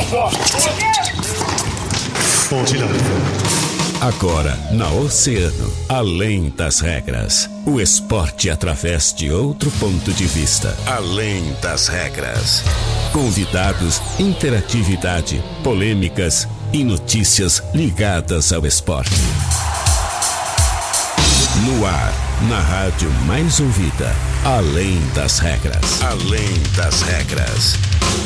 Agora, na Oceano, além das regras. O esporte através de outro ponto de vista. Além das regras. Convidados, interatividade, polêmicas e notícias ligadas ao esporte. No ar, na rádio mais ouvida. Além das regras. Além das regras.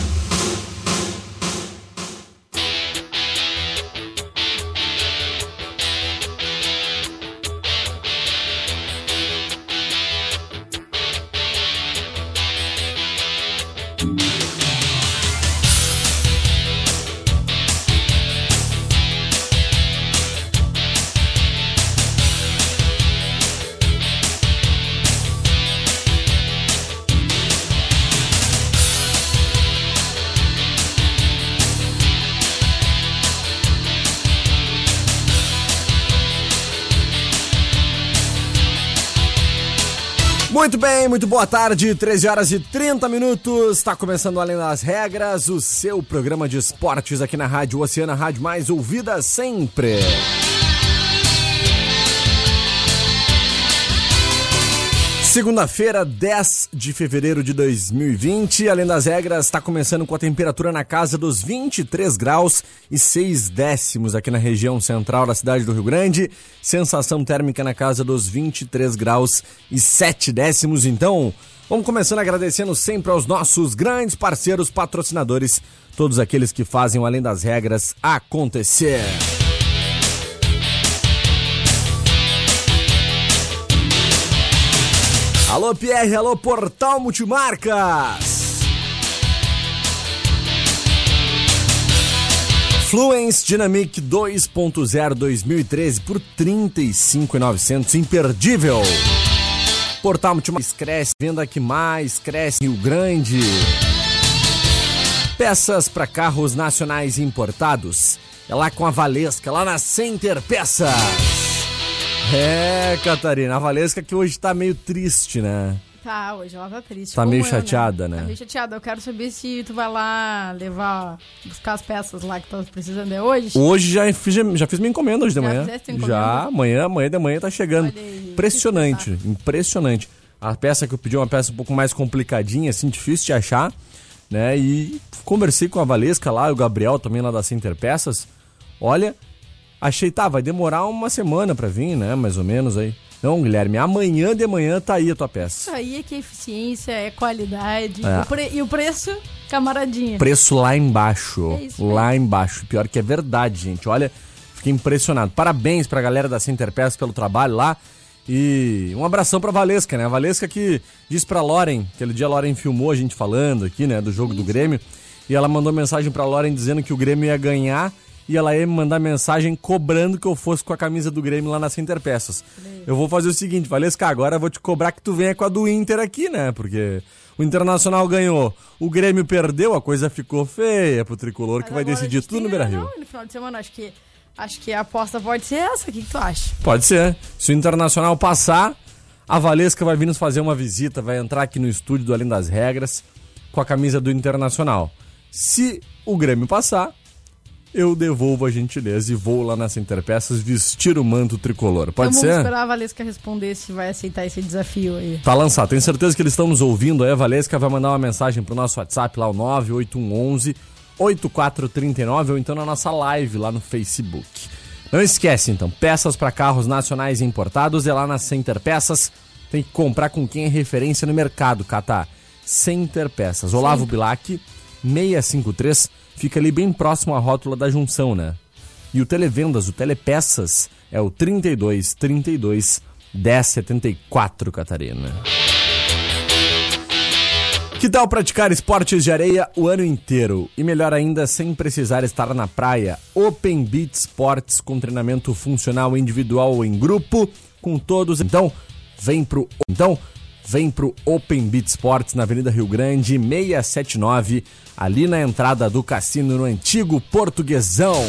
Muito bem, muito boa tarde, 13 horas e 30 minutos, está começando Além das Regras, o seu programa de esportes aqui na Rádio Oceana, a rádio mais ouvida sempre. Segunda-feira, 10 de fevereiro de 2020, Além das Regras está começando com a temperatura na casa dos 23 graus e 6 décimos aqui na região central da cidade do Rio Grande. Sensação térmica na casa dos 23 graus e 7 décimos. Então, vamos começando agradecendo sempre aos nossos grandes parceiros patrocinadores, todos aqueles que fazem o Além das Regras acontecer. Alô Pierre, alô Portal Multimarcas. Fluence Dynamic 2.0 2013 por R$ 35.900, imperdível. Portal Multimarcas cresce, venda que mais cresce em Rio Grande. Peças para carros nacionais importados. É lá com a Valesca, lá na Center Peças. É, Catarina, a Valesca que hoje tá meio triste, né? Tá, hoje ela tá triste. Tá meio chateada, né? Tá meio chateada. Eu quero saber se tu vai lá buscar as peças lá que tu precisando hoje. Hoje já fiz minha encomenda hoje de manhã. Encomenda? Já, amanhã de manhã tá chegando. Aí, impressionante, impressionante. A peça que eu pedi é uma peça um pouco mais complicadinha, assim, difícil de achar, né? E conversei com a Valesca lá, e o Gabriel também lá da Center Peças. Olha, achei, vai demorar uma semana pra vir, né? Mais ou menos aí. Não, Guilherme, amanhã de manhã tá aí a tua peça. Isso aí é que é eficiência, é qualidade. É. E o preço, camaradinha. Preço lá embaixo. É isso, lá embaixo. Pior que é verdade, gente. Olha, fiquei impressionado. Parabéns pra galera da Center Peças pelo trabalho lá. E um abração pra Valesca, né? A Valesca que disse pra Loren, aquele dia a Loren filmou a gente falando aqui, né? Do jogo do Grêmio. E ela mandou mensagem pra Loren dizendo que o Grêmio ia ganhar. E ela ia me mandar mensagem cobrando que eu fosse com a camisa do Grêmio lá na Center Peças. Eu vou fazer o seguinte, Valesca, agora eu vou te cobrar que tu venha com a do Inter aqui, né? Porque o Internacional ganhou, o Grêmio perdeu, a coisa ficou feia pro Tricolor, que vai decidir tudo no Beira-Rio. Não, no final de semana, acho que a aposta pode ser essa. O que tu acha? Pode ser. Se o Internacional passar, a Valesca vai vir nos fazer uma visita, vai entrar aqui no estúdio do Além das Regras com a camisa do Internacional. Se o Grêmio passar, eu devolvo a gentileza e vou lá na Center Peças vestir o manto tricolor. Pode ser? Vamos esperar a Valesca responder se vai aceitar esse desafio aí. Tá lançado. Tenho certeza que eles estão nos ouvindo aí. A Valesca vai mandar uma mensagem pro nosso WhatsApp lá, o 98111-8439, ou então na nossa live lá no Facebook. Não esquece, então, peças para carros nacionais e importados é lá na Center Peças. Tem que comprar com quem é referência no mercado, Catá. Center Peças. Olavo Bilac, 653, fica ali bem próximo à rótula da junção, né? E o Televendas, o Telepeças, é o 32 1074, Catarina. Que tal praticar esportes de areia o ano inteiro? E melhor ainda, sem precisar estar na praia. Open Beach Sports, com treinamento funcional individual ou em grupo, com todos. Então, vem pro Open Beach Sports na Avenida Rio Grande, 679, ali na entrada do cassino no antigo Portuguesão.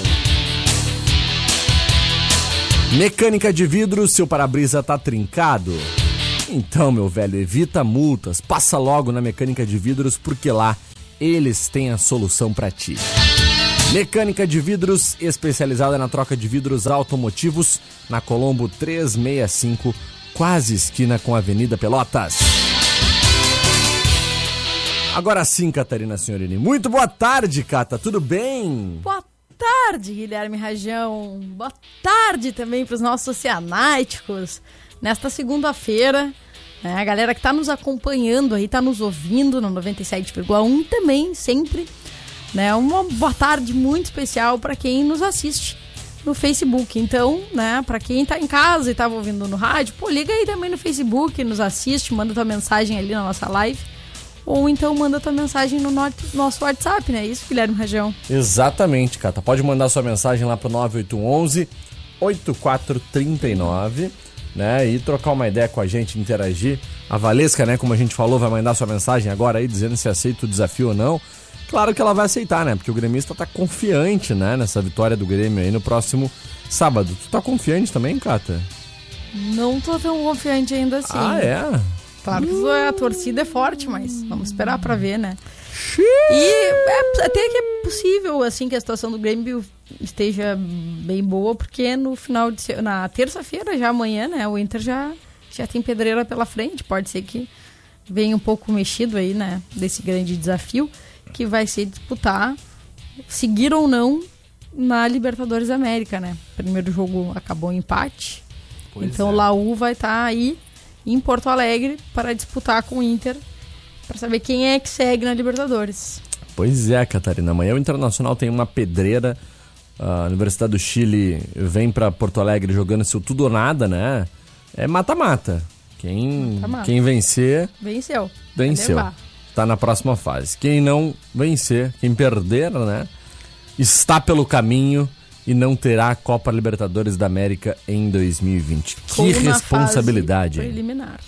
Mecânica de vidro, seu para-brisa tá trincado? Então, meu velho, evita multas, passa logo na Mecânica de Vidros, porque lá eles têm a solução para ti. Mecânica de vidros, especializada na troca de vidros automotivos, na Colombo 365, quase esquina com a Avenida Pelotas. Agora sim, Catarina Signorini. Muito boa tarde, Cata. Tudo bem? Boa tarde, Guilherme Rajão. Boa tarde também para os nossos oceanáticos. Nesta segunda-feira, a galera que está nos acompanhando aí, está nos ouvindo no 97,1 também, sempre. Né, uma boa tarde muito especial para quem nos assiste no Facebook. Então, né, para quem tá em casa e tava ouvindo no rádio, liga aí também no Facebook, nos assiste, manda tua mensagem ali na nossa live. Ou então manda tua mensagem no nosso WhatsApp, né? Isso, Guilherme Rajão? Exatamente, Cata. Pode mandar sua mensagem lá pro 9811-8439, né? E trocar uma ideia com a gente, interagir. A Valesca, né, como a gente falou, vai mandar sua mensagem agora aí, dizendo se aceita o desafio ou não. Claro que ela vai aceitar, né? Porque o gremista tá confiante, né? Nessa vitória do Grêmio aí no próximo sábado. Tu tá confiante também, Cata? Não tô tão confiante ainda assim. Ah, é? Claro que a torcida é forte, mas vamos esperar pra ver, né? E até que é possível, assim, que a situação do Grêmio esteja bem boa, porque na terça-feira, já amanhã, né? O Inter já tem pedreira pela frente. Pode ser que venha um pouco mexido aí, né? Desse grande desafio, que vai ser disputar, seguir ou não, na Libertadores da América, né? Primeiro jogo acabou em empate. Então o Laú vai estar aí em Porto Alegre para disputar com o Inter, para saber quem é que segue na Libertadores. Pois é, Catarina. Amanhã o Internacional tem uma pedreira. A Universidade do Chile vem para Porto Alegre jogando seu tudo ou nada, né? É mata-mata. Quem vencer... Venceu. Tá na próxima fase. Quem não vencer, quem perder, né, está pelo caminho e não terá a Copa Libertadores da América em 2020. Que responsabilidade. Preliminar.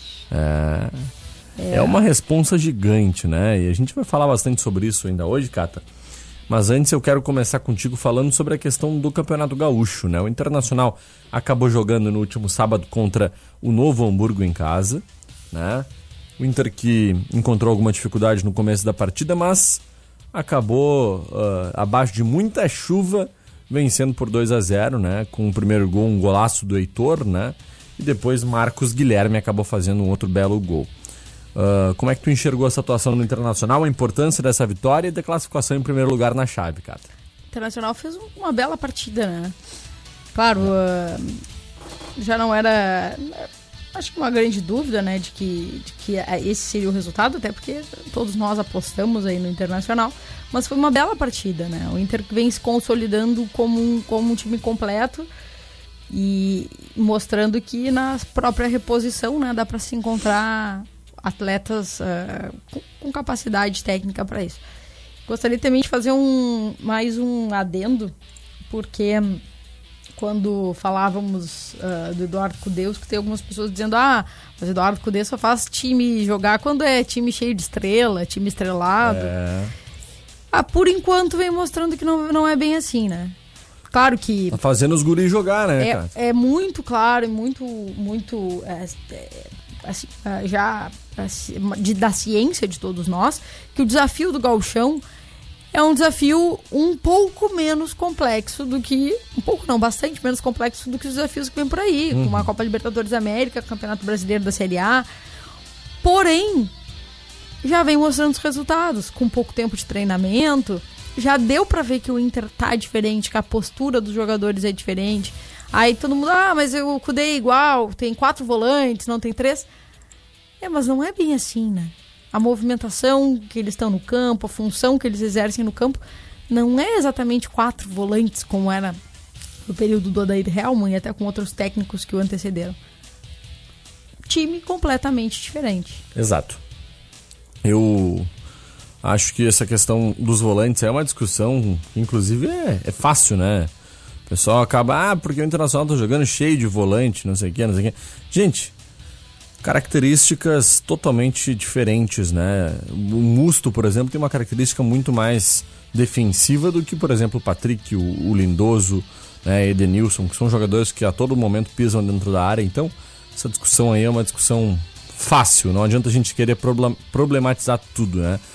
É uma responsa gigante, né? E a gente vai falar bastante sobre isso ainda hoje, Cata. Mas antes eu quero começar contigo falando sobre a questão do Campeonato Gaúcho, né? O Internacional acabou jogando no último sábado contra o Novo Hamburgo em casa, né? O Inter que encontrou alguma dificuldade no começo da partida, mas acabou abaixo de muita chuva, vencendo por 2-0, né? Com o primeiro gol, um golaço do Heitor, né? E depois Marcos Guilherme acabou fazendo um outro belo gol. Como é que tu enxergou essa atuação no Internacional, a importância dessa vitória e da classificação em primeiro lugar na chave, Cata? O Internacional fez uma bela partida, né? Claro, já não era... Acho que uma grande dúvida, né, de que esse seria o resultado, até porque todos nós apostamos aí no Internacional, mas foi uma bela partida, né? O Inter vem se consolidando como um time completo e mostrando que na própria reposição, né, dá para se encontrar atletas com capacidade técnica para isso. Gostaria também de fazer mais um adendo, porque quando falávamos do Eduardo Cudê, que tem algumas pessoas dizendo, mas Eduardo Cudê só faz time jogar quando é time cheio de estrela, time estrelado. Por enquanto vem mostrando que não é bem assim, né? Claro que... Tá fazendo os guris jogar, né, cara? É muito claro e muito assim, já da ciência de todos nós, que o desafio do Gauchão é um desafio um pouco menos complexo do que... Um pouco não, bastante menos complexo do que os desafios que vem por aí. Como a Copa Libertadores da América, Campeonato Brasileiro da Série A. Porém, já vem mostrando os resultados. Com pouco tempo de treinamento, já deu pra ver que o Inter tá diferente, que a postura dos jogadores é diferente. Aí todo mundo, mas o Cudê é igual, tem 4 volantes, não tem 3. Mas não é bem assim, né? A movimentação que eles estão no campo, a função que eles exercem no campo, não é exatamente 4 volantes como era no período do Odair Hellmann e até com outros técnicos que o antecederam. Time completamente diferente. Exato. Eu acho que essa questão dos volantes é uma discussão que inclusive é fácil, né? O pessoal acaba, porque o Internacional tá jogando cheio de volante, não sei o que. Gente, características totalmente diferentes, né? O Musto, por exemplo, tem uma característica muito mais defensiva do que, por exemplo, o Patrick, o Lindoso, né, Edenilson, que são jogadores que a todo momento pisam dentro da área. Então, essa discussão aí é uma discussão fácil, não adianta a gente querer problematizar tudo, né?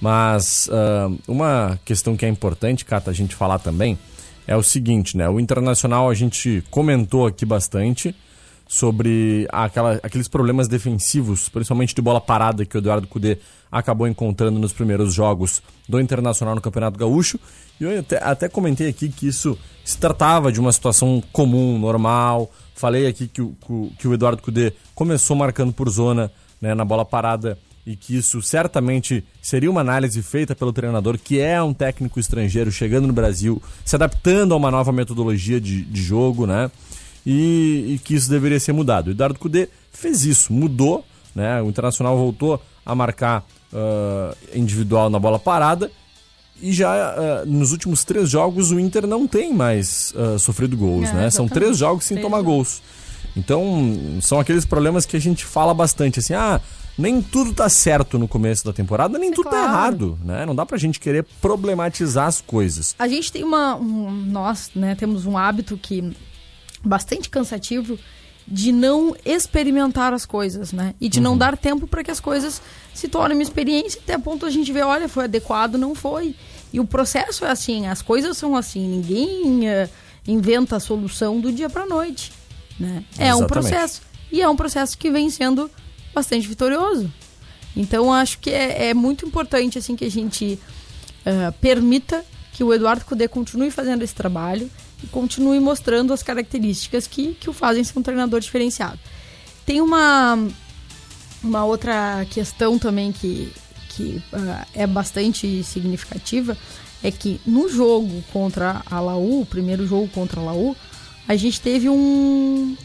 Mas uma questão que é importante, Cata, a gente falar também, é o seguinte, né? O Internacional a gente comentou aqui bastante sobre aqueles problemas defensivos, principalmente de bola parada, que o Eduardo Cudê acabou encontrando nos primeiros jogos do Internacional no Campeonato Gaúcho. E eu até comentei aqui que isso se tratava de uma situação comum, normal. Falei aqui que o Eduardo Cudê começou marcando por zona, né, na bola parada, e que isso certamente seria uma análise feita pelo treinador, que é um técnico estrangeiro chegando no Brasil, se adaptando a uma nova metodologia de jogo, né? E que isso deveria ser mudado. O Eduardo Cudê fez isso, mudou, né? O Internacional voltou a marcar individual na bola parada, e já nos últimos 3 jogos o Inter não tem mais sofrido gols, né? São 3 jogos sem tomar gols. Então, são aqueles problemas que a gente fala bastante, assim, nem tudo tá certo no começo da temporada, nem tudo tá errado, né? Não dá pra gente querer problematizar as coisas. A gente tem nós, né, temos um hábito que bastante cansativo de não experimentar as coisas, né? E de não dar tempo para que as coisas se tornem uma experiência, até a ponto a gente ver, olha, foi adequado, não foi. E o processo é assim, as coisas são assim, ninguém inventa a solução do dia pra noite, né? É um processo. E é um processo que vem sendo bastante vitorioso. Então, acho que é muito importante, assim, que a gente permita que o Eduardo Cudê continue fazendo esse trabalho e continue mostrando as características que o fazem ser um treinador diferenciado. Tem uma outra questão também que é bastante significativa, é que no jogo contra a Laú, o primeiro jogo contra a Laú, a gente teve um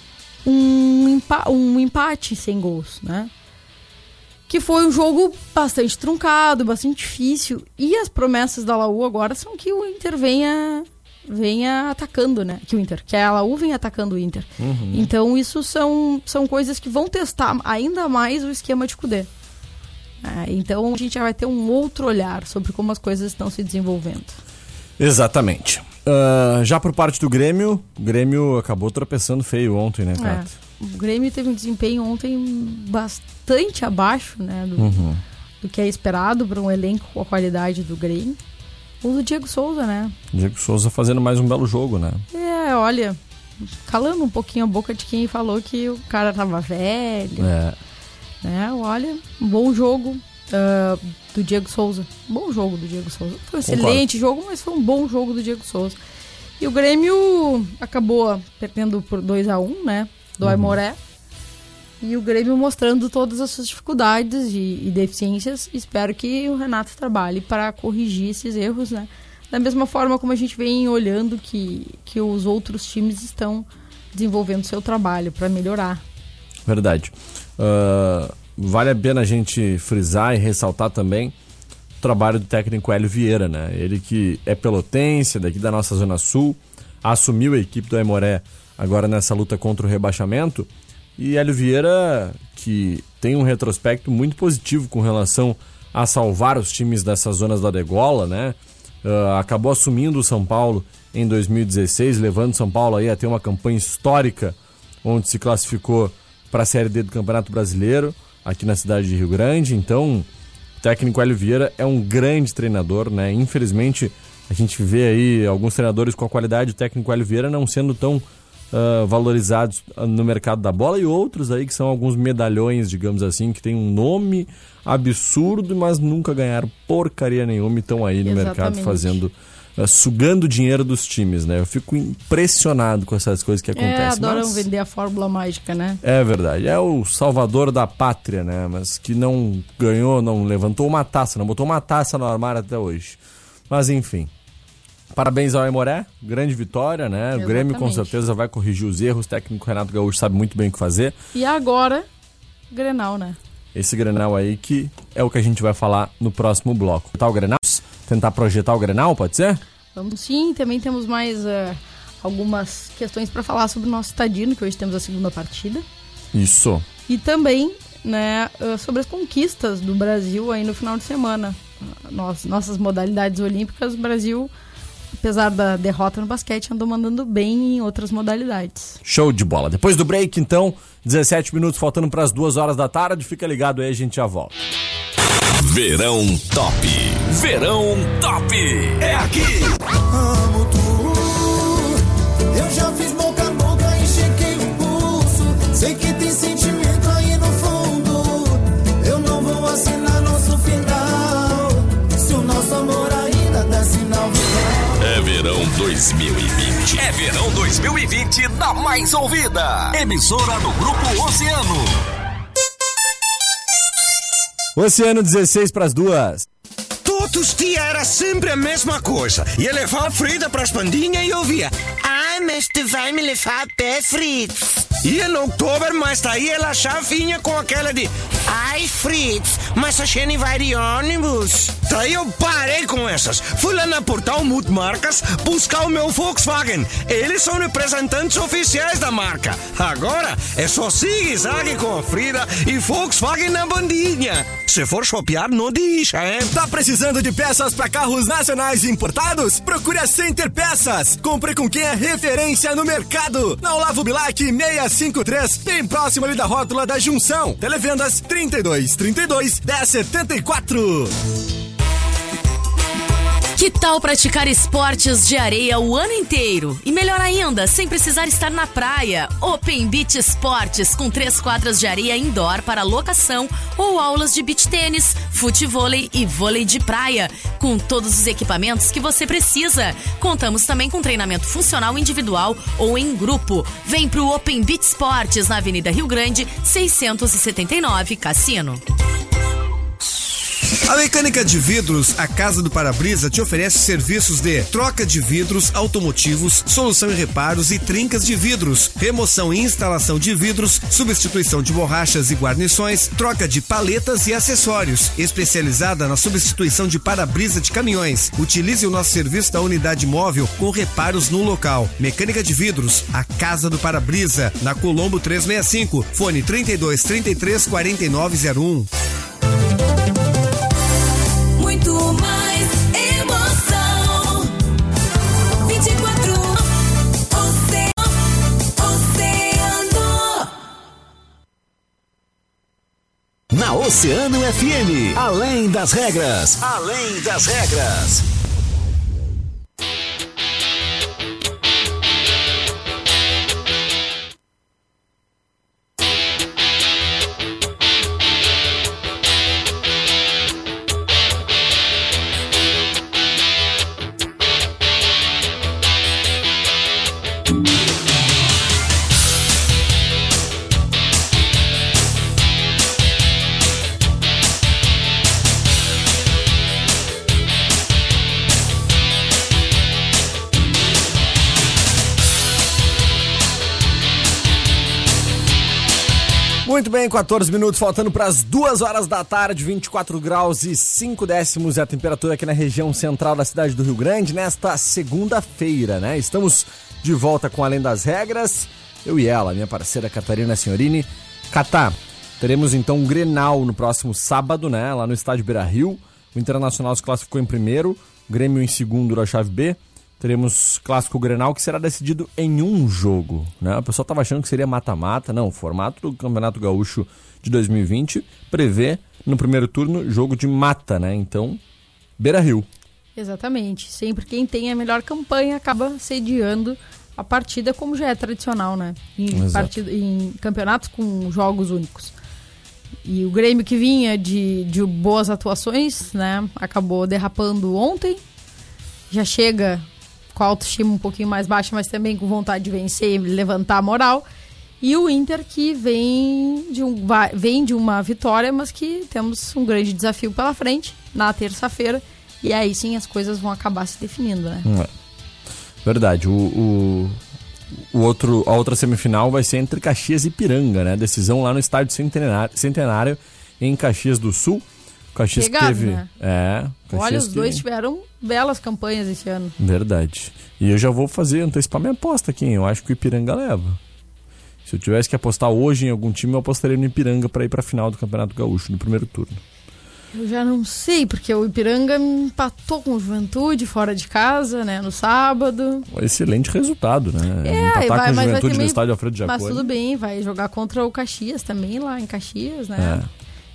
empate sem gols, né? Que foi um jogo bastante truncado, bastante difícil, e as promessas da Laú agora são que o Inter venha atacando, né? Que a Laú venha atacando o Inter. Então isso são coisas que vão testar ainda mais o esquema de Cudê. Então a gente já vai ter um outro olhar sobre como as coisas estão se desenvolvendo. Exatamente. Já por parte do Grêmio, o Grêmio acabou tropeçando feio ontem, né, Cata? O Grêmio teve um desempenho ontem bastante abaixo, né, do que é esperado para um elenco com a qualidade do Grêmio. O do Diego Souza, né? Diego Souza fazendo mais um belo jogo, né? Olha, calando um pouquinho a boca de quem falou que o cara tava velho. Né? Olha, um bom jogo do Diego Souza. Bom jogo do Diego Souza. Foi um excelente jogo, mas foi um bom jogo do Diego Souza. E o Grêmio acabou perdendo por 2-1, né? Do Aimoré. E o Grêmio mostrando todas as suas dificuldades e deficiências. Espero que o Renato trabalhe para corrigir esses erros, né? Da mesma forma como a gente vem olhando que os outros times estão desenvolvendo seu trabalho para melhorar. Verdade. Vale a pena a gente frisar e ressaltar também o trabalho do técnico Hélio Vieira, né? Ele que é pelotense, daqui da nossa Zona Sul, assumiu a equipe do Aimoré agora nessa luta contra o rebaixamento. E Hélio Vieira, que tem um retrospecto muito positivo com relação a salvar os times dessas zonas da degola, né? Acabou assumindo o São Paulo em 2016, levando o São Paulo aí a ter uma campanha histórica, onde se classificou para a Série D do Campeonato Brasileiro, aqui na cidade de Rio Grande. Então, o técnico Hélio Vieira é um grande treinador, né? Infelizmente, a gente vê aí alguns treinadores com a qualidade do técnico Hélio Vieira não sendo tão valorizados no mercado da bola, e outros aí que são alguns medalhões, digamos assim, que tem um nome absurdo, mas nunca ganharam porcaria nenhuma e estão aí no mercado fazendo, sugando dinheiro dos times, né? Eu fico impressionado com essas coisas que acontecem. Adoram vender a fórmula mágica, né? É verdade, é o salvador da pátria, né? Mas que não ganhou, não levantou uma taça, não botou uma taça no armário até hoje. Mas enfim. Parabéns ao Aimoré, grande vitória, né? Exatamente. O Grêmio com certeza vai corrigir os erros, o técnico Renato Gaúcho sabe muito bem o que fazer. E agora, Grenal, né? Esse Grenal aí que é o que a gente vai falar no próximo bloco. Tentar o Grenal? Tentar projetar o Grenal, pode ser? Vamos sim, também temos mais algumas questões para falar sobre o nosso Estadino, que hoje temos a segunda partida. Isso. E também, né, sobre as conquistas do Brasil aí no final de semana. Nossas modalidades olímpicas, o Brasil, apesar da derrota no basquete, andou mandando bem em outras modalidades. Show de bola. Depois do break, então, 17 minutos faltando para as 2 horas da tarde. Fica ligado aí, a gente já volta. Verão Top. Verão Top. É aqui. Amo tu. Eu já fiz boca a boca e chequei o pulso. Sei que tem sentimento aí no fundo. Eu não vou assinar nosso final. Se o nosso amor ainda dá sinal vital. É verão 2020. É verão 2020 da mais ouvida. Emissora do Grupo Oceano. Oceano 16 pras 2. Todos os dias era sempre a mesma coisa. Ia levar a Frida pras bandinhas e ouvia: ai, mas tu vai me levar a pé, Fritz. Ia no Oktober, mas daí ela já vinha com aquela de: ai, Fritz, mas a gente vai de ônibus. Daí eu parei com essas. Fui lá na Portal Multimarcas buscar o meu Volkswagen. Eles são representantes oficiais da marca. Agora é só zigue-zague com a Frida e Volkswagen na bandinha. Se for shopear, não deixa, hein? Tá precisando de peças para carros nacionais e importados? Procure a Center Peças. Compre com quem é referência no mercado. Na Olavo Bilac 653, bem próximo ali da rótula da Junção. Televendas 32 1074. Que tal praticar esportes de areia o ano inteiro? E melhor ainda, sem precisar estar na praia. Open Beach Esportes, com 3 quadras de areia indoor para locação ou aulas de beach tênis, futevôlei e vôlei de praia, com todos os equipamentos que você precisa. Contamos também com treinamento funcional individual ou em grupo. Vem pro Open Beach Esportes, na Avenida Rio Grande, 679, Cassino. A Mecânica de Vidros, a Casa do Para-Brisa, te oferece serviços de troca de vidros automotivos, solução em reparos e trincas de vidros, remoção e instalação de vidros, substituição de borrachas e guarnições, troca de paletas e acessórios, especializada na substituição de para-brisa de caminhões. Utilize o nosso serviço da unidade móvel com reparos no local. Mecânica de Vidros, a Casa do Para-Brisa, na Colombo 365, fone 32 33 4901. Muito mais emoção. 24 Oceano. Na Oceano FM, além das regras. Além das regras. Muito bem, 14 minutos, faltando para as 2 horas da tarde, 24 graus e 5 décimos é a temperatura aqui na região central da cidade do Rio Grande, nesta segunda-feira, né? Estamos de volta com Além das Regras, eu e ela, minha parceira Catarina Senhorini. Catá, teremos então um Grenal no próximo sábado, né? Lá no estádio Beira-Rio. O Internacional se classificou em primeiro, o Grêmio em segundo da chave B. Teremos clássico Grenal que será decidido em um jogo, né? O pessoal estava achando que seria mata-mata. Não, o formato do Campeonato Gaúcho de 2020 prevê no primeiro turno jogo de mata, né? Então, Beira-Rio. Exatamente. Sempre quem tem a melhor campanha acaba sediando a partida, como já é tradicional, né? Em campeonatos com jogos únicos. E o Grêmio, que vinha de boas atuações, né? Acabou derrapando ontem. Já chega com a autoestima um pouquinho mais baixa, mas também com vontade de vencer e levantar a moral. E o Inter, que vem de uma vitória, mas que temos um grande desafio pela frente na terça-feira. E aí sim as coisas vão acabar se definindo, né? Verdade. A outra semifinal vai ser entre Caxias e Ipiranga, né? Decisão lá no estádio Centenário em Caxias do Sul. Caxias pegado, teve. Né? Olha, os dois tiveram belas campanhas esse ano. Verdade. E eu já vou antecipar minha aposta aqui, hein? Eu acho que o Ipiranga leva. Se eu tivesse que apostar hoje em algum time, eu apostaria no Ipiranga para ir para a final do Campeonato Gaúcho, no primeiro turno. Eu já não sei, porque o Ipiranga empatou com o Juventude fora de casa, né, no sábado. Excelente resultado, né? Empatar com o Juventude no estádio Alfredo Jaconi. Mas tudo bem, vai jogar contra o Caxias também, lá em Caxias, né?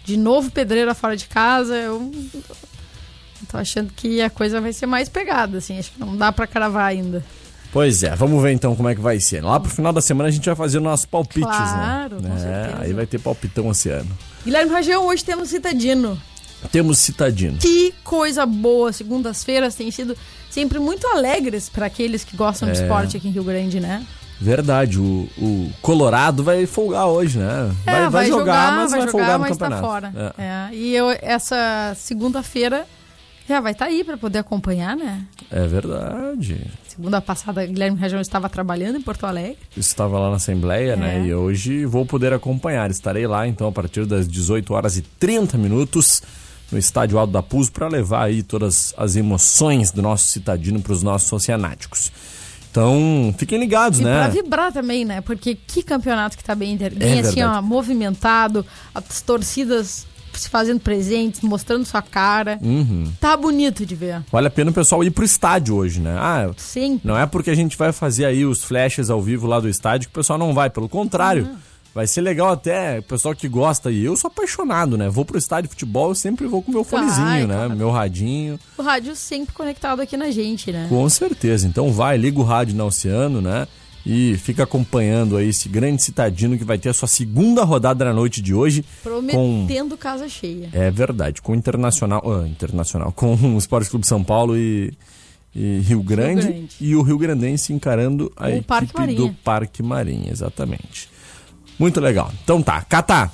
De novo pedreira fora de casa, eu tô achando que a coisa vai ser mais pegada, assim, acho que não dá pra cravar ainda. Pois é, vamos ver então como é que vai ser. Lá pro final da semana a gente vai fazer nossos palpites, claro, né? Com certeza. Aí vai ter palpitão oceano. Guilherme Rajão, hoje temos Citadino. Temos Citadino. Que coisa boa, segundas-feiras têm sido sempre muito alegres para aqueles que gostam de esporte aqui em Rio Grande, né? Verdade, o Colorado vai folgar hoje, né? Vai jogar, mas vai folgar no campeonato. Tá fora. E essa segunda-feira já vai estar aí para poder acompanhar, né? É verdade. Segunda passada, Guilherme Rajão estava trabalhando em Porto Alegre. Estava lá na Assembleia, né? E hoje vou poder acompanhar. Estarei lá, então, a partir das 18h30 no Estádio Alto da Puz para levar aí todas as emoções do nosso Citadino para os nossos oceanáticos. Então, fiquem ligados, né? E pra vibrar também, né? Porque que campeonato que tá bem assim, ó, movimentado, as torcidas se fazendo presentes, mostrando sua cara. Tá bonito de ver. Vale a pena o pessoal ir pro estádio hoje, né? Sim. Não é porque a gente vai fazer aí os flashes ao vivo lá do estádio que o pessoal não vai, pelo contrário. Vai ser legal até o pessoal que gosta. E eu sou apaixonado, né? Vou pro estádio de futebol, eu sempre vou com meu fonezinho, né? Claro. Meu radinho. O rádio sempre conectado aqui na gente, né? Com certeza. Então liga o rádio na Oceano, né? E fica acompanhando aí esse grande Citadino que vai ter a sua segunda rodada na noite de hoje. Prometendo casa cheia. É verdade. Com o Internacional, com o Esporte Clube São Paulo e Rio Grande. E o Rio Grandense encarando a equipe do Parque Marinha, exatamente. Muito legal. Então tá, Catá,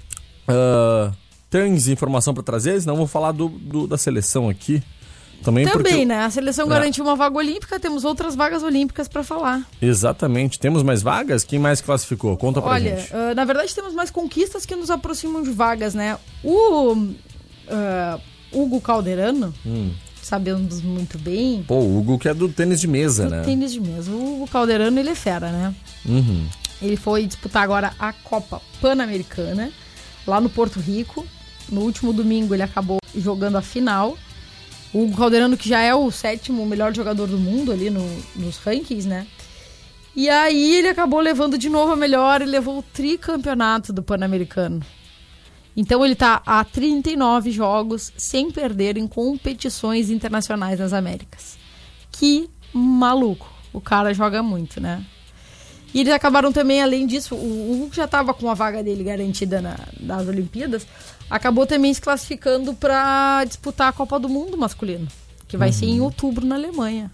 tens informação para trazer? Senão eu vou falar da seleção aqui. Também porque, né? A seleção garantiu uma vaga olímpica, temos outras vagas olímpicas para falar. Exatamente. Temos mais vagas? Quem mais classificou? Conta pra gente. Na verdade temos mais conquistas que nos aproximam de vagas, né? O Hugo Calderano, sabemos muito bem. Pô, o Hugo que é do tênis de mesa, né? Tênis de mesa. O Hugo Calderano, ele é fera, né? Ele foi disputar agora a Copa Pan-Americana, lá no Porto Rico. No último domingo ele acabou jogando a final. O Hugo Calderano, que já é o 7º melhor jogador do mundo ali nos rankings, né? E aí ele acabou levando de novo a melhor e levou o tricampeonato do Pan-Americano. Então ele tá a 39 jogos sem perder em competições internacionais nas Américas. Que maluco. O cara joga muito, né? E eles acabaram também, além disso, o Hugo já estava com a vaga dele garantida nas Olimpíadas, acabou também se classificando para disputar a Copa do Mundo masculino, que vai ser em outubro na Alemanha.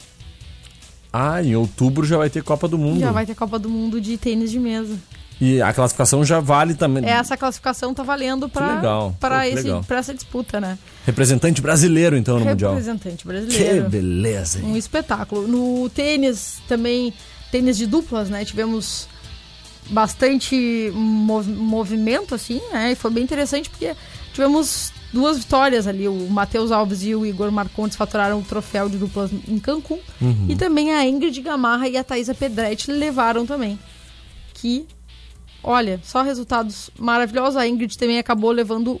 Em outubro já vai ter Copa do Mundo. Já vai ter Copa do Mundo de tênis de mesa. E a classificação já vale também. Essa classificação tá valendo para essa disputa, né? Representante brasileiro, então, no Mundial. Representante brasileiro. Que beleza, hein? Um espetáculo. No tênis também... Tênis de duplas, né? Tivemos bastante movimento, assim, né? E foi bem interessante porque tivemos 2 vitórias ali. O Matheus Alves e o Igor Marcondes faturaram o troféu de duplas em Cancún. E também a Ingrid Gamarra e a Thaisa Pedretti levaram também. Que, olha, só resultados maravilhosos. A Ingrid também acabou levando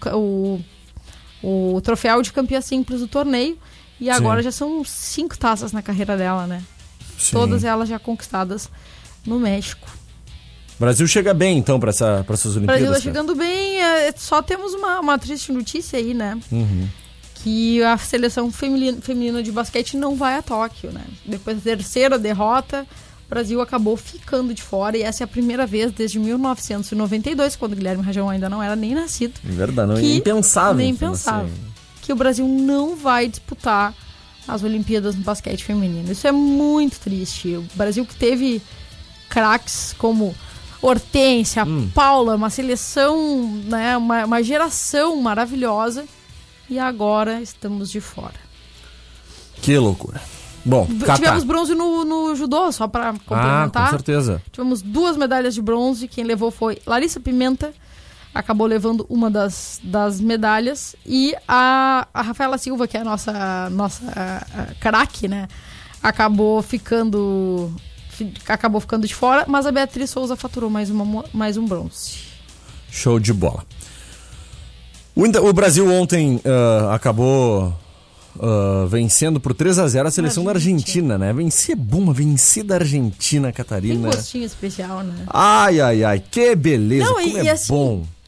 o troféu de campeã simples do torneio. E agora já são 5 taças na carreira dela, né? Sim. Todas elas já conquistadas no México. O Brasil chega bem, então, para essas Olimpíadas? O Brasil está chegando bem. Só temos uma triste notícia aí, né? Que a seleção feminina de basquete não vai a Tóquio, né? Depois da 3ª derrota, o Brasil acabou ficando de fora. E essa é a primeira vez desde 1992, quando o Guilherme Rajão ainda não era nem nascido. É verdade, nem pensava. Nem pensava. Que o Brasil não vai disputar as Olimpíadas no basquete feminino. Isso é muito triste. O Brasil que teve craques como Hortência, Paula, uma seleção, né, uma geração maravilhosa, e agora estamos de fora. Que loucura. Bom, tivemos bronze no judô, só para complementar. Com certeza. Tivemos 2 medalhas de bronze. Quem levou foi Larissa Pimenta, acabou levando uma das medalhas, e a Rafaela Silva, que é a nossa craque, né, acabou ficando de fora, mas a Beatriz Souza faturou mais um bronze. Show de bola. O Brasil ontem acabou vencendo por 3-0 a seleção da Argentina, né? Vencer da Argentina, Catarina. Tem gostinho especial, né? Ai, que beleza, como é assim, bom.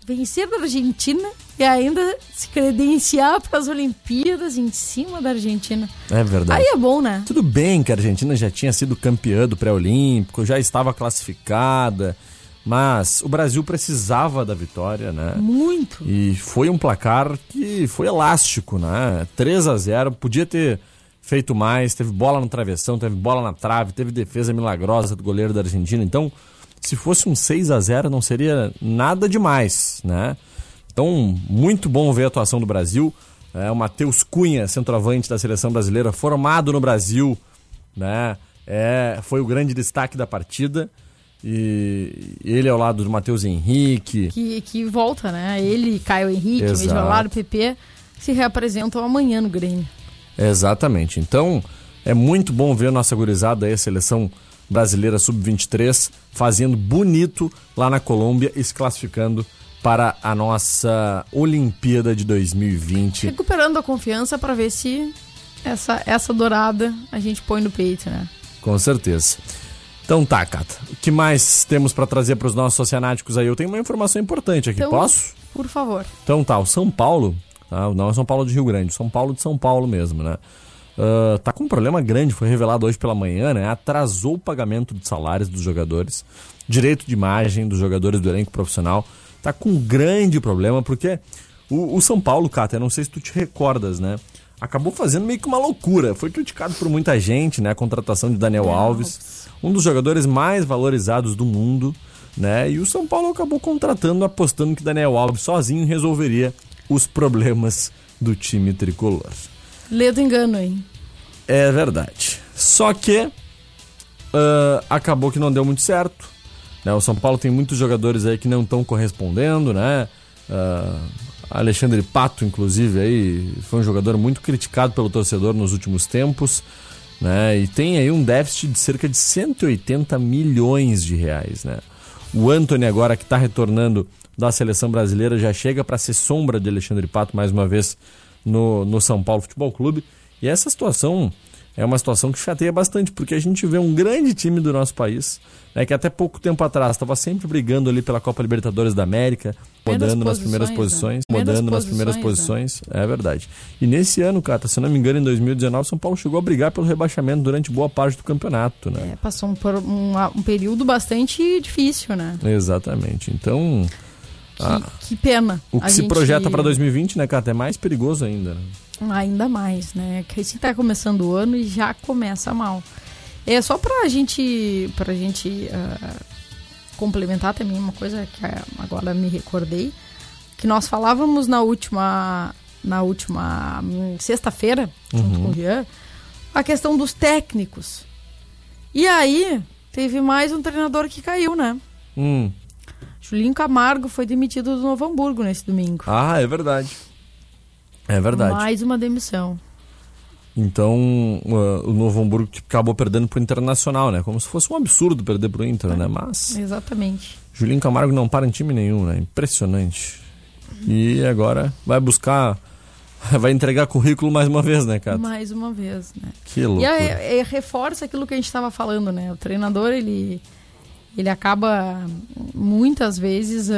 vencer a Argentina e ainda se credenciar para as Olimpíadas em cima da Argentina. É verdade. Aí é bom, né? Tudo bem que a Argentina já tinha sido campeã do pré-olímpico, já estava classificada, mas o Brasil precisava da vitória, né? Muito. E foi um placar que foi elástico, né? 3-0, podia ter feito mais, teve bola no travessão, teve bola na trave, teve defesa milagrosa do goleiro da Argentina. Então, se fosse um 6-0, não seria nada demais, né? Então, muito bom ver a atuação do Brasil. O Matheus Cunha, centroavante da seleção brasileira, formado no Brasil, né? Foi o grande destaque da partida. E ele ao lado do Matheus Henrique. Que volta, né? Ele, Caio Henrique, Mediolário, PP, se reapresentam amanhã no Grêmio. Exatamente. Então, é muito bom ver a nossa gurizada aí, a seleção brasileira sub-23, fazendo bonito lá na Colômbia e se classificando para a nossa Olimpíada de 2020. Recuperando a confiança para ver se essa dourada a gente põe no peito, né? Com certeza. Então tá, Cata. O que mais temos para trazer para os nossos oceanáticos aí? Eu tenho uma informação importante aqui, então, posso? Por favor. Então tá, o São Paulo, tá? Não é São Paulo de Rio Grande, São Paulo de São Paulo mesmo, né? Tá com um problema grande, foi revelado hoje pela manhã, né? Atrasou o pagamento de salários dos jogadores, direito de imagem dos jogadores do elenco profissional. Tá com um grande problema, porque o São Paulo, Cata, eu não sei se tu te recordas, né? Acabou fazendo meio que uma loucura. Foi criticado por muita gente, né? A contratação de Daniel Alves, um dos jogadores mais valorizados do mundo, né? E o São Paulo acabou contratando, apostando que Daniel Alves sozinho resolveria os problemas do time tricolor. Lê do engano, hein? É verdade. Só que acabou que não deu muito certo, né? O São Paulo tem muitos jogadores aí que não estão correspondendo, né? Alexandre Pato, inclusive, aí foi um jogador muito criticado pelo torcedor nos últimos tempos, né? E tem aí um déficit de cerca de 180 milhões de reais, né? O Antony agora, que está retornando da seleção brasileira, já chega para ser sombra de Alexandre Pato mais uma vez no São Paulo Futebol Clube. E essa situação é uma situação que chateia bastante, porque a gente vê um grande time do nosso país, né, que até pouco tempo atrás estava sempre brigando ali pela Copa Libertadores da América, rodando nas primeiras posições, né? É verdade. E nesse ano, Cata, se não me engano, em 2019, São Paulo chegou a brigar pelo rebaixamento durante boa parte do campeonato, né? Passou por um período bastante difícil, né? Exatamente. Então, que pena. O que se projeta para 2020, né, Cata, é mais perigoso ainda, né? Ainda mais, né? Que assim tá começando o ano e já começa mal. É só pra gente complementar também uma coisa que agora me recordei, que nós falávamos na última sexta-feira, junto com o Jean, a questão dos técnicos. E aí, teve mais um treinador que caiu, né? Julinho Camargo foi demitido do Novo Hamburgo nesse domingo. Ah, é verdade. É verdade. Mais uma demissão. Então, o Novo Hamburgo acabou perdendo pro Internacional, né? Como se fosse um absurdo perder pro Inter, né? Mas... Exatamente. Julinho Camargo não para em time nenhum, né? Impressionante. E agora vai entregar currículo mais uma vez, né, Cata? Mais uma vez, né? Que loucura. E reforça aquilo que a gente estava falando, né? O treinador, ele acaba, muitas vezes,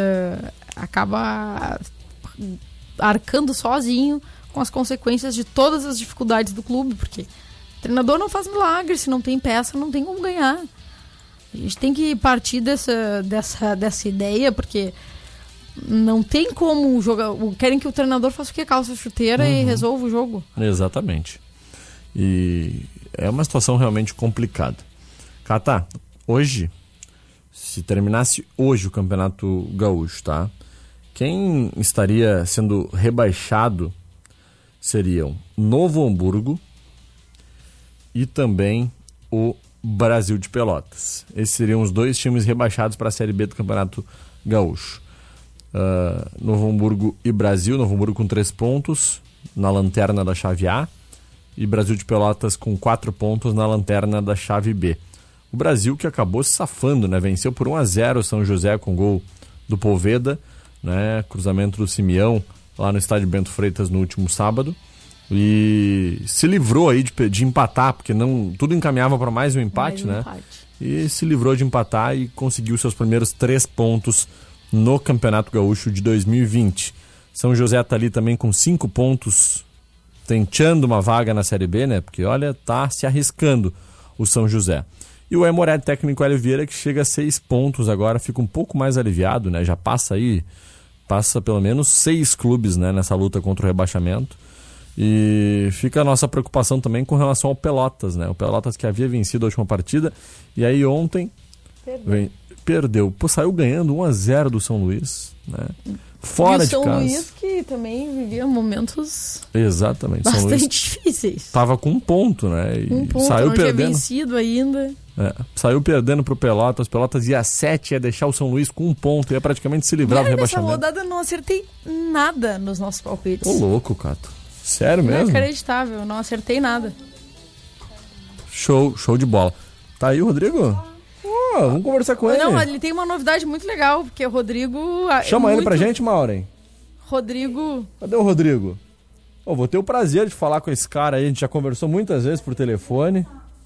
acaba arcando sozinho com as consequências de todas as dificuldades do clube, porque o treinador não faz milagre, se não tem peça, não tem como ganhar. A gente tem que partir dessa ideia, porque não tem como jogar. Querem que o treinador faça o quê? Calça chuteira e resolva o jogo. Exatamente. E é uma situação realmente complicada. Cata, hoje, se terminasse hoje o Campeonato Gaúcho, tá? Quem estaria sendo rebaixado seriam Novo Hamburgo e também o Brasil de Pelotas. Esses seriam os dois times rebaixados para a Série B do Campeonato Gaúcho. Novo Hamburgo e Brasil. Novo Hamburgo com 3 pontos na lanterna da chave A e Brasil de Pelotas com 4 pontos na lanterna da chave B. O Brasil que acabou se safando, né? Venceu por 1-0 o São José com gol do Poveda, né? Cruzamento do Simeão lá no estádio Bento Freitas no último sábado, e se livrou aí de empatar, porque tudo encaminhava para mais um empate, né? E se livrou de empatar e conseguiu seus primeiros 3 pontos no Campeonato Gaúcho de 2020. São José tá ali também com 5 pontos, tentando uma vaga na Série B, né? Porque, olha, tá se arriscando o São José. E o Aimoré, técnico Hélio Vieira, que chega a 6 pontos agora, fica um pouco mais aliviado, né? Já passa pelo menos 6 clubes, né, nessa luta contra o rebaixamento. E fica a nossa preocupação também com relação ao Pelotas, né? O Pelotas que havia vencido a última partida, e aí ontem perdeu. Pô, saiu ganhando 1-0 do São Luís, né? Fora de casa. São Luís que também vivia momentos exatamente, bastante São Luís difíceis. Tava com 1 ponto, né? E 1 ponto, saiu não perdendo. tinha vencido ainda. Saiu perdendo pro Pelotas. Pelotas ia 7, ia deixar o São Luís com 1 ponto, ia praticamente se livrar do rebaixamento. Nessa rodada eu não acertei nada nos nossos palpites. Ô, louco, Cato. Sério mesmo? Inacreditável, não acertei nada. Show de bola. Tá aí o Rodrigo? Vamos conversar com ele. Não, ele tem uma novidade muito legal, porque o Rodrigo... Chama ele pra gente, Maureen. Rodrigo... Cadê o Rodrigo? Vou ter o prazer de falar com esse cara aí, a gente já conversou muitas vezes por telefone.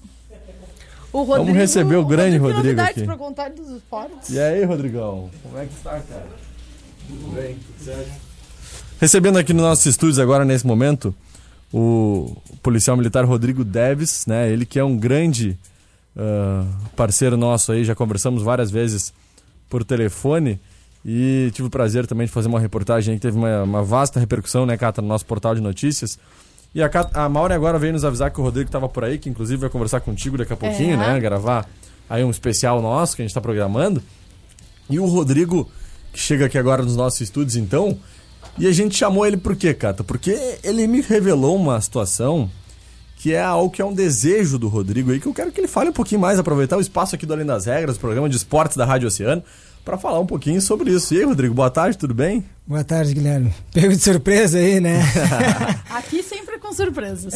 O Rodrigo, vamos receber o grande Rodrigo tem novidades aqui. Pra contar dos esportes. E aí, Rodrigão? Como é que está, cara? Tudo bem? Tudo certo? Recebendo aqui nos nossos estúdios agora, nesse momento, o policial militar Rodrigo Deves, né? Ele que é um grande parceiro nosso aí, já conversamos várias vezes por telefone e tive o prazer também de fazer uma reportagem que teve uma vasta repercussão, né, Cata, no nosso portal de notícias. E a Maureen agora veio nos avisar que o Rodrigo estava por aí, que inclusive vai conversar contigo daqui a pouquinho, né? Gravar aí um especial nosso que a gente está programando. E o Rodrigo, que chega aqui agora nos nossos estúdios, então, e a gente chamou ele por quê, Cata? Porque ele me revelou uma situação que é algo que é um desejo do Rodrigo aí, que eu quero que ele fale um pouquinho mais, aproveitar o espaço aqui do Além das Regras, programa de esportes da Rádio Oceano, para falar um pouquinho sobre isso. E aí, Rodrigo, boa tarde, tudo bem? Boa tarde, Guilherme. Pego de surpresa aí, né? Aqui sempre com surpresas.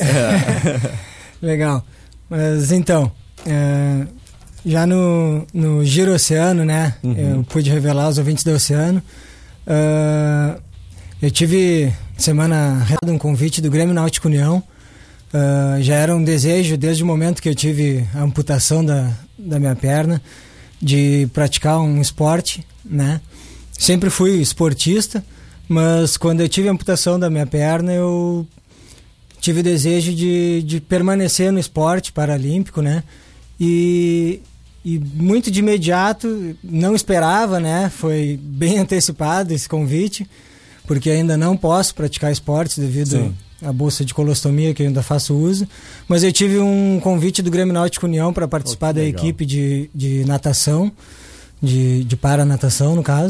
Legal. Mas então, já no Giro Oceano, né? Eu pude revelar aos ouvintes do Oceano. Eu tive semana retrasada um convite do Grêmio Náutico União. Já era um desejo desde o momento que eu tive a amputação da minha perna, de praticar um esporte, né? Sempre fui esportista, mas quando eu tive a amputação da minha perna, eu tive o desejo de permanecer no esporte paralímpico, né? E muito de imediato, não esperava, né? Foi bem antecipado esse convite, porque ainda não posso praticar esportes devido à bolsa de colostomia que eu ainda faço uso, mas eu tive um convite do Grêmio Náutico União para participar da equipe de natação, de paranatação no caso,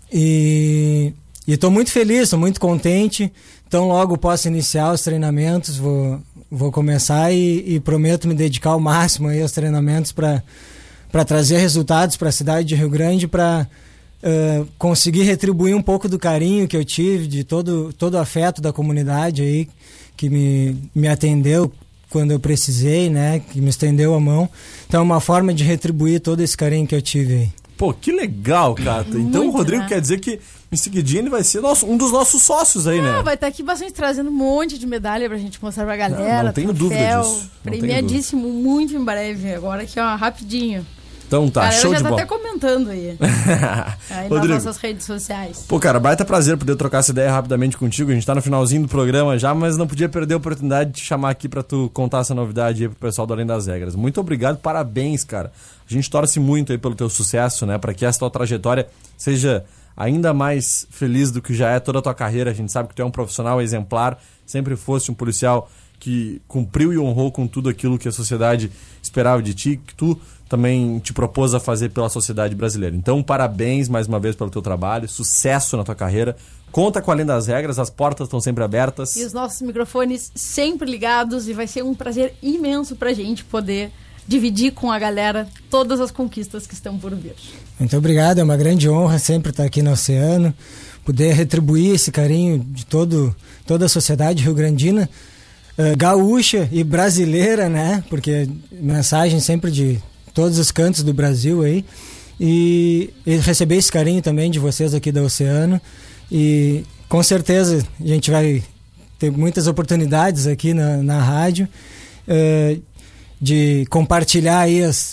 e estou muito feliz, estou muito contente. Então logo posso iniciar os treinamentos, vou começar e prometo me dedicar ao máximo aí aos treinamentos para trazer resultados para a cidade de Rio Grande, para conseguir retribuir um pouco do carinho que eu tive, de todo o afeto da comunidade aí, que me atendeu quando eu precisei, né, que me estendeu a mão. Então é uma forma de retribuir todo esse carinho que eu tive aí. Pô, que legal, Cata. Então o Rodrigo, né, quer dizer que em seguidinho ele vai ser um dos nossos sócios aí, né? Vai estar aqui bastante trazendo um monte de medalha pra gente mostrar pra galera. Não tenho dúvida disso. Premiadíssimo, muito em breve. Agora aqui, ó, rapidinho. Então tá, show de bola. Já tá até comentando aí. Aí Rodrigo, nas nossas redes sociais. Pô, cara, baita prazer poder trocar essa ideia rapidamente contigo. A gente tá no finalzinho do programa já, mas não podia perder a oportunidade de te chamar aqui pra tu contar essa novidade aí pro pessoal do Além das Regras. Muito obrigado, parabéns, cara. A gente torce muito aí pelo teu sucesso, né? Pra que essa tua trajetória seja ainda mais feliz do que já é toda a tua carreira. A gente sabe que tu é um profissional exemplar, sempre foste um policial que cumpriu e honrou com tudo aquilo que a sociedade esperava de ti, que tu também te propôs a fazer pela sociedade brasileira. Então, parabéns mais uma vez pelo teu trabalho, sucesso na tua carreira. Conta com Além das Regras, as portas estão sempre abertas. E os nossos microfones sempre ligados, e vai ser um prazer imenso pra gente poder dividir com a galera todas as conquistas que estão por vir. Muito obrigado, é uma grande honra sempre estar aqui no Oceano, poder retribuir esse carinho de toda a sociedade rio-grandina, gaúcha e brasileira, né? Porque mensagem sempre de todos os cantos do Brasil aí, e receber esse carinho também de vocês aqui da Oceano, e com certeza a gente vai ter muitas oportunidades aqui na rádio, de compartilhar aí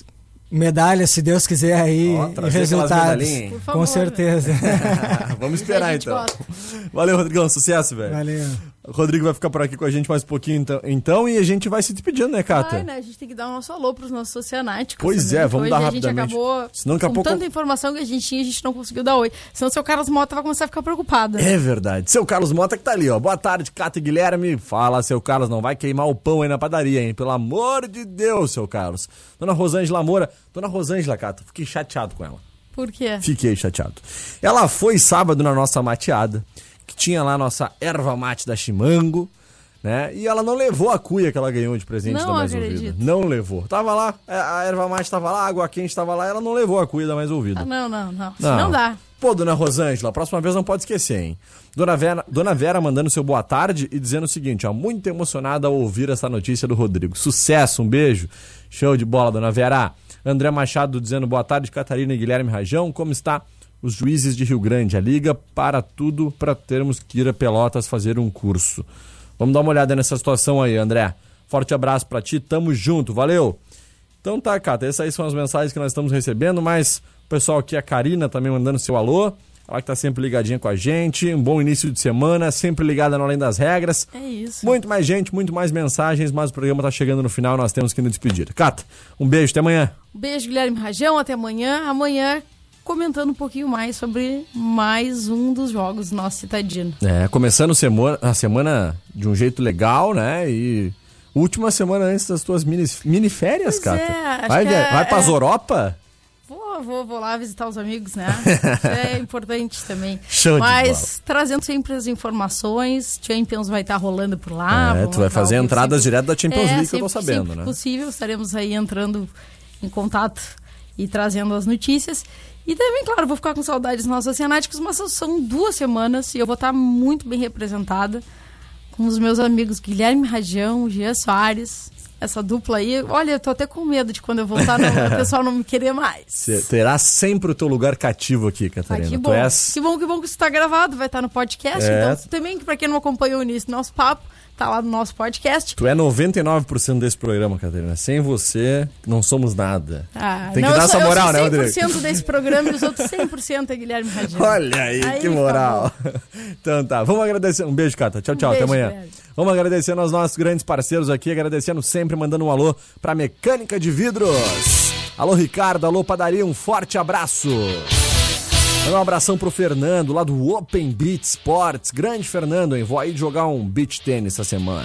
medalha, se Deus quiser aí, resultados. Por favor, com certeza. Vamos esperar então. Valeu, Rodrigão, sucesso, velho. Valeu. O Rodrigo vai ficar por aqui com a gente mais um pouquinho então e a gente vai se despedindo, né, Cata? Vai, né? A gente tem que dar o nosso alô pros nossos oceanáticos. Pois também, é, vamos dar rapidamente. A gente acabou Senão, daqui a com pouco... tanta informação que a gente não conseguiu dar oi. Senão o seu Carlos Mota vai começar a ficar preocupado. É verdade. Seu Carlos Mota que tá ali, ó. Boa tarde, Cata e Guilherme. Fala, seu Carlos, não vai queimar o pão aí na padaria, hein? Pelo amor de Deus, seu Carlos. Dona Rosângela Moura. Dona Rosângela, Cata, fiquei chateado com ela. Por quê? Fiquei chateado. Ela foi sábado na nossa mateada, que tinha lá a nossa erva mate da Chimango, né? E ela não levou a cuia que ela ganhou de presente da Mais Ouvida. Não levou. Tava lá, a erva mate tava lá, a água quente tava lá, ela não levou a cuia da Mais Ouvida. Não. Não dá. Pô, dona Rosângela, a próxima vez não pode esquecer, hein? Dona Vera mandando seu boa tarde e dizendo o seguinte, ó, muito emocionada ao ouvir essa notícia do Rodrigo. Sucesso, um beijo. Show de bola, dona Vera. André Machado dizendo boa tarde, Catarina e Guilherme Rajão. Como está os juízes de Rio Grande? A liga para tudo para termos que ir a Pelotas fazer um curso. Vamos dar uma olhada nessa situação aí, André. Forte abraço pra ti, tamo junto, valeu. Então tá, Cata, essas aí são as mensagens que nós estamos recebendo, mas o pessoal aqui, a Karina também mandando seu alô. Ela que tá sempre ligadinha com a gente. Um bom início de semana, sempre ligada no Além das Regras. É isso. Muito mais gente, muito mais mensagens, mas o programa tá chegando no final, nós temos que nos despedir. Cata, um beijo, até amanhã. Um beijo, Guilherme Rajão, até amanhã. Amanhã, comentando um pouquinho mais sobre mais um dos jogos do nosso Citadino. Começando a semana de um jeito legal, né? E última semana antes das tuas mini férias, Cata. Vai pras Europa? Vou lá visitar os amigos, né? Isso é importante também. Show de bola. Trazendo sempre as informações, Champions vai estar rolando por lá. Tu vai fazer entradas direto da Champions League, que eu tô sabendo, né? Possível, estaremos aí entrando em contato e trazendo as notícias. E também, claro, vou ficar com saudades dos nossos oceanáticos, mas são 2 semanas e eu vou estar muito bem representada com os meus amigos Guilherme Rajão, Gia Soares. Essa dupla aí, olha, eu tô até com medo de quando eu voltar, o pessoal não me querer mais. Você terá sempre o teu lugar cativo aqui, Catarina. Que bom. Que bom que isso tá gravado, vai estar no podcast. Então, também, pra quem não acompanhou o início do nosso papo, tá lá no nosso podcast. Tu é 99% desse programa, Catarina. Sem você, não somos nada. Tem que dar essa moral, né, Rodrigo? Eu sou 100% desse programa e os outros 100% é Guilherme Rajão. Olha aí, que moral. Então tá, vamos agradecer. Um beijo, Cata. Tchau, até amanhã. Beijo. Vamos agradecendo aos nossos grandes parceiros aqui, agradecendo sempre, mandando um alô pra Mecânica de Vidros. Alô, Ricardo, alô, Padaria, um forte abraço. Um abração pro Fernando, lá do Open Beach Sports. Grande Fernando, hein? Vou aí jogar um beach tênis essa semana.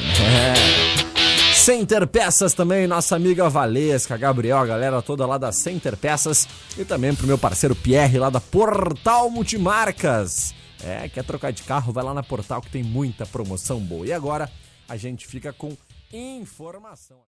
Center Peças também, nossa amiga Valesca, Gabriel, a galera toda lá da Center Peças. E também pro meu parceiro Pierre, lá da Portal Multimarcas. Quer trocar de carro? Vai lá na Portal que tem muita promoção boa. E agora a gente fica com informação.